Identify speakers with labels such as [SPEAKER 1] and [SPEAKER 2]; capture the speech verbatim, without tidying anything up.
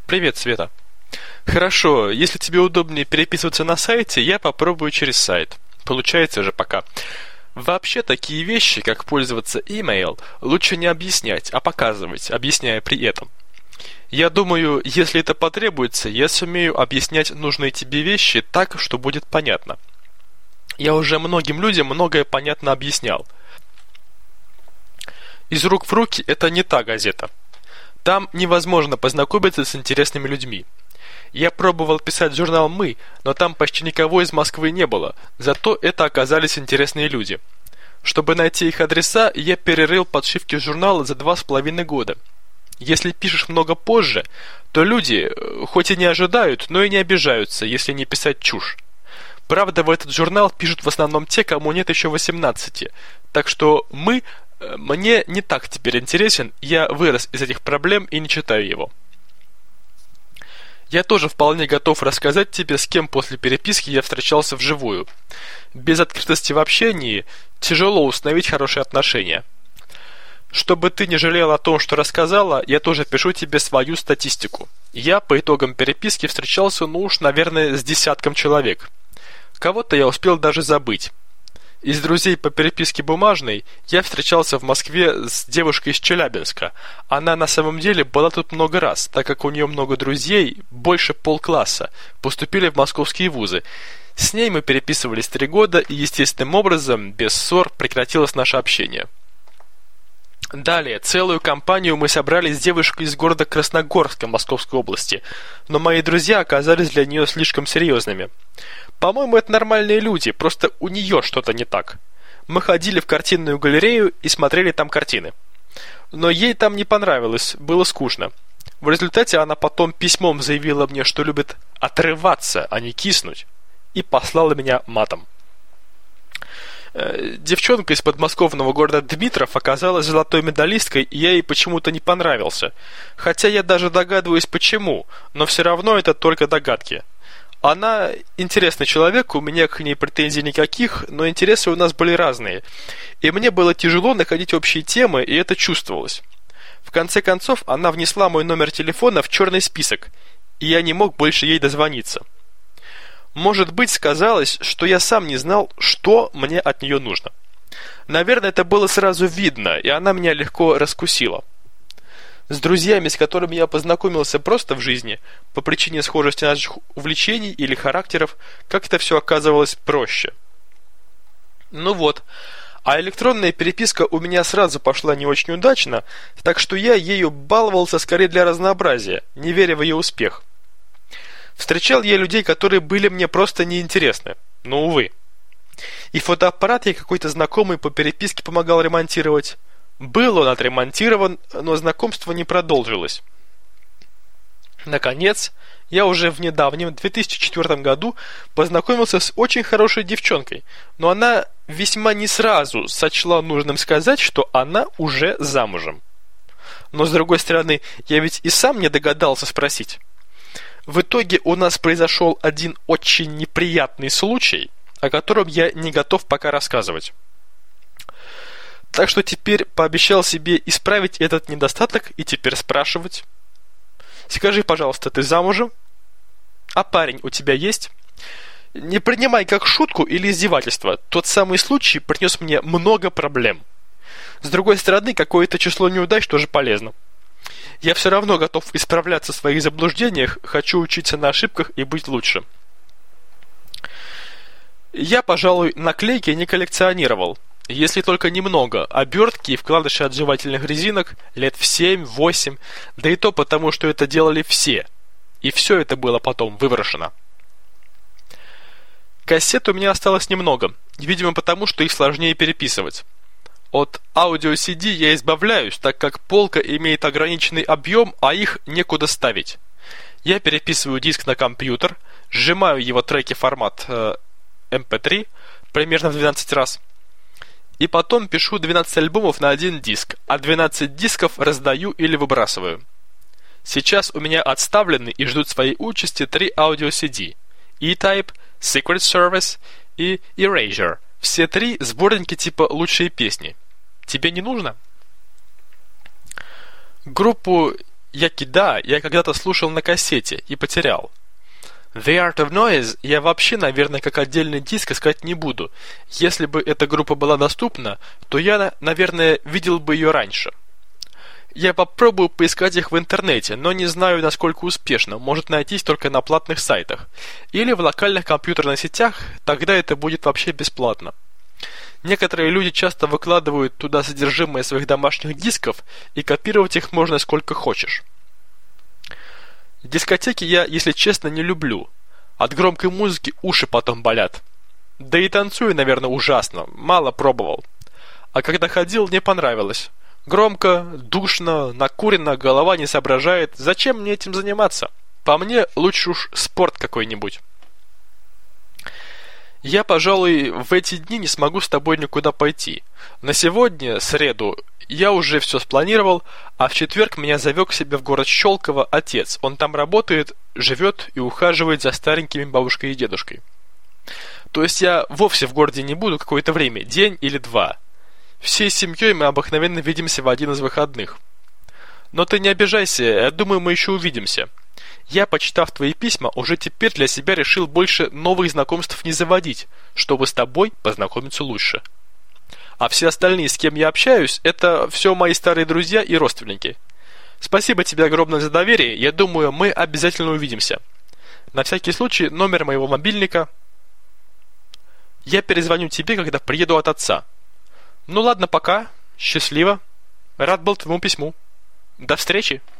[SPEAKER 1] Привет, Света. Хорошо, если тебе удобнее переписываться на сайте, я попробую через сайт. Получается же пока. Вообще такие вещи, как пользоваться email, лучше не объяснять, а показывать, объясняя при этом. Я думаю, если это потребуется, я сумею объяснять нужные тебе вещи так, что будет понятно. Я уже многим людям многое понятно объяснял. Из рук в руки это не та газета. Там невозможно познакомиться с интересными людьми. Я пробовал писать в журнал «Мы», но там почти никого из Москвы не было, зато это оказались интересные люди. Чтобы найти их адреса, я перерыл подшивки журнала за два с половиной года. Если пишешь много позже, то люди, хоть и не ожидают, но и не обижаются, если не писать чушь. Правда, в этот журнал пишут в основном те, кому нет еще восемнадцати, так что «Мы» мне не так теперь интересен, я вырос из этих проблем и не читаю его. Я тоже вполне готов рассказать тебе, с кем после переписки я встречался вживую. Без открытости в общении тяжело установить хорошие отношения. Чтобы ты не жалел о том, что рассказала, я тоже пишу тебе свою статистику. Я по итогам переписки встречался, ну уж, наверное, с десятком человек. Кого-то я успел даже забыть. Из друзей по переписке бумажной я встречался в Москве с девушкой из Челябинска. Она на самом деле была тут много раз, так как у нее много друзей, больше полкласса, поступили в московские вузы. С ней мы переписывались три года, и естественным образом, без ссор, прекратилось наше общение. Далее, целую компанию мы собрали с девушкой из города Красногорска Московской области, но мои друзья оказались для нее слишком серьезными. По-моему, это нормальные люди, просто у нее что-то не так. Мы ходили в картинную галерею и смотрели там картины. Но ей там не понравилось, было скучно. В результате она потом письмом заявила мне, что любит отрываться, а не киснуть, и послала меня матом. Девчонка из подмосковного города Дмитров оказалась золотой медалисткой, и я ей почему-то не понравился. Хотя я даже догадываюсь почему, но все равно это только догадки. Она интересный человек, у меня к ней претензий никаких, но интересы у нас были разные. И мне было тяжело находить общие темы, и это чувствовалось. В конце концов, она внесла мой номер телефона в черный список, и я не мог больше ей дозвониться. Может быть, сказалось, что я сам не знал, что мне от нее нужно. Наверное, это было сразу видно, и она меня легко раскусила. С друзьями, с которыми я познакомился просто в жизни, по причине схожести наших увлечений или характеров, как-то все оказывалось проще. Ну вот, а электронная переписка у меня сразу пошла не очень удачно, так что я ею баловался скорее для разнообразия, не веря в ее успех. Встречал я людей, которые были мне просто неинтересны, но увы. И фотоаппарат я какой-то знакомый по переписке помогал ремонтировать. Был он отремонтирован, но знакомство не продолжилось. Наконец, я уже в недавнем две тысячи четвёртом году познакомился с очень хорошей девчонкой, но она весьма не сразу сочла нужным сказать, что она уже замужем. Но с другой стороны, я ведь и сам не догадался спросить. В итоге у нас произошел один очень неприятный случай, о котором я не готов пока рассказывать. Так что теперь пообещал себе исправить этот недостаток и теперь спрашивать. Скажи, пожалуйста, ты замужем? А парень у тебя есть? Не принимай как шутку или издевательство. Тот самый случай принес мне много проблем. С другой стороны, какое-то число неудач тоже полезно. Я все равно готов исправляться в своих заблуждениях, хочу учиться на ошибках и быть лучше. Я, пожалуй, наклейки не коллекционировал. Если только немного, обертки и вкладыши от жевательных резинок лет в семь-восемь, да и то потому, что это делали все. И все это было потом выброшено. Кассет у меня осталось немного, видимо потому, что их сложнее переписывать. От аудио-си ди я избавляюсь, так как полка имеет ограниченный объем, а их некуда ставить. Я переписываю диск на компьютер, сжимаю его треки формат э, эм пэ три примерно в двенадцать раз, и потом пишу двенадцать альбомов на один диск, а двенадцать дисков раздаю или выбрасываю. Сейчас у меня отставлены и ждут своей участи три аудио-си ди: E-Type, Secret Service и Erasure. Все три сборники типа «Лучшие песни». Тебе не нужно? Группу Яки да, я когда-то слушал на кассете и потерял. The Art of Noise я вообще, наверное, как отдельный диск искать не буду. Если бы эта группа была доступна, то я, наверное, видел бы ее раньше. Я попробую поискать их в интернете, но не знаю, насколько успешно. Может найтись только на платных сайтах. Или в локальных компьютерных сетях, тогда это будет вообще бесплатно. Некоторые люди часто выкладывают туда содержимое своих домашних дисков, и копировать их можно сколько хочешь. Дискотеки я, если честно, не люблю. От громкой музыки уши потом болят. Да и танцую, наверное, ужасно. Мало пробовал. А когда ходил, мне понравилось. Громко, душно, накурено, голова не соображает. Зачем мне этим заниматься? По мне, лучше уж спорт какой-нибудь. Я, пожалуй, в эти дни не смогу с тобой никуда пойти. На сегодня, среду, я уже все спланировал, а в четверг меня завел к себе в город Щелково отец. Он там работает, живет и ухаживает за старенькими бабушкой и дедушкой. То есть я вовсе в городе не буду какое-то время, день или два. Всей семьей мы обыкновенно видимся в один из выходных. Но ты не обижайся, я думаю, мы еще увидимся. Я, почитав твои письма, уже теперь для себя решил больше новых знакомств не заводить, чтобы с тобой познакомиться лучше. А все остальные, с кем я общаюсь, это все мои старые друзья и родственники. Спасибо тебе огромное за доверие, я думаю, мы обязательно увидимся. На всякий случай, номер моего мобильника. Я перезвоню тебе, когда приеду от отца. Ну ладно, пока. Счастливо. Рад был твоему письму. До встречи.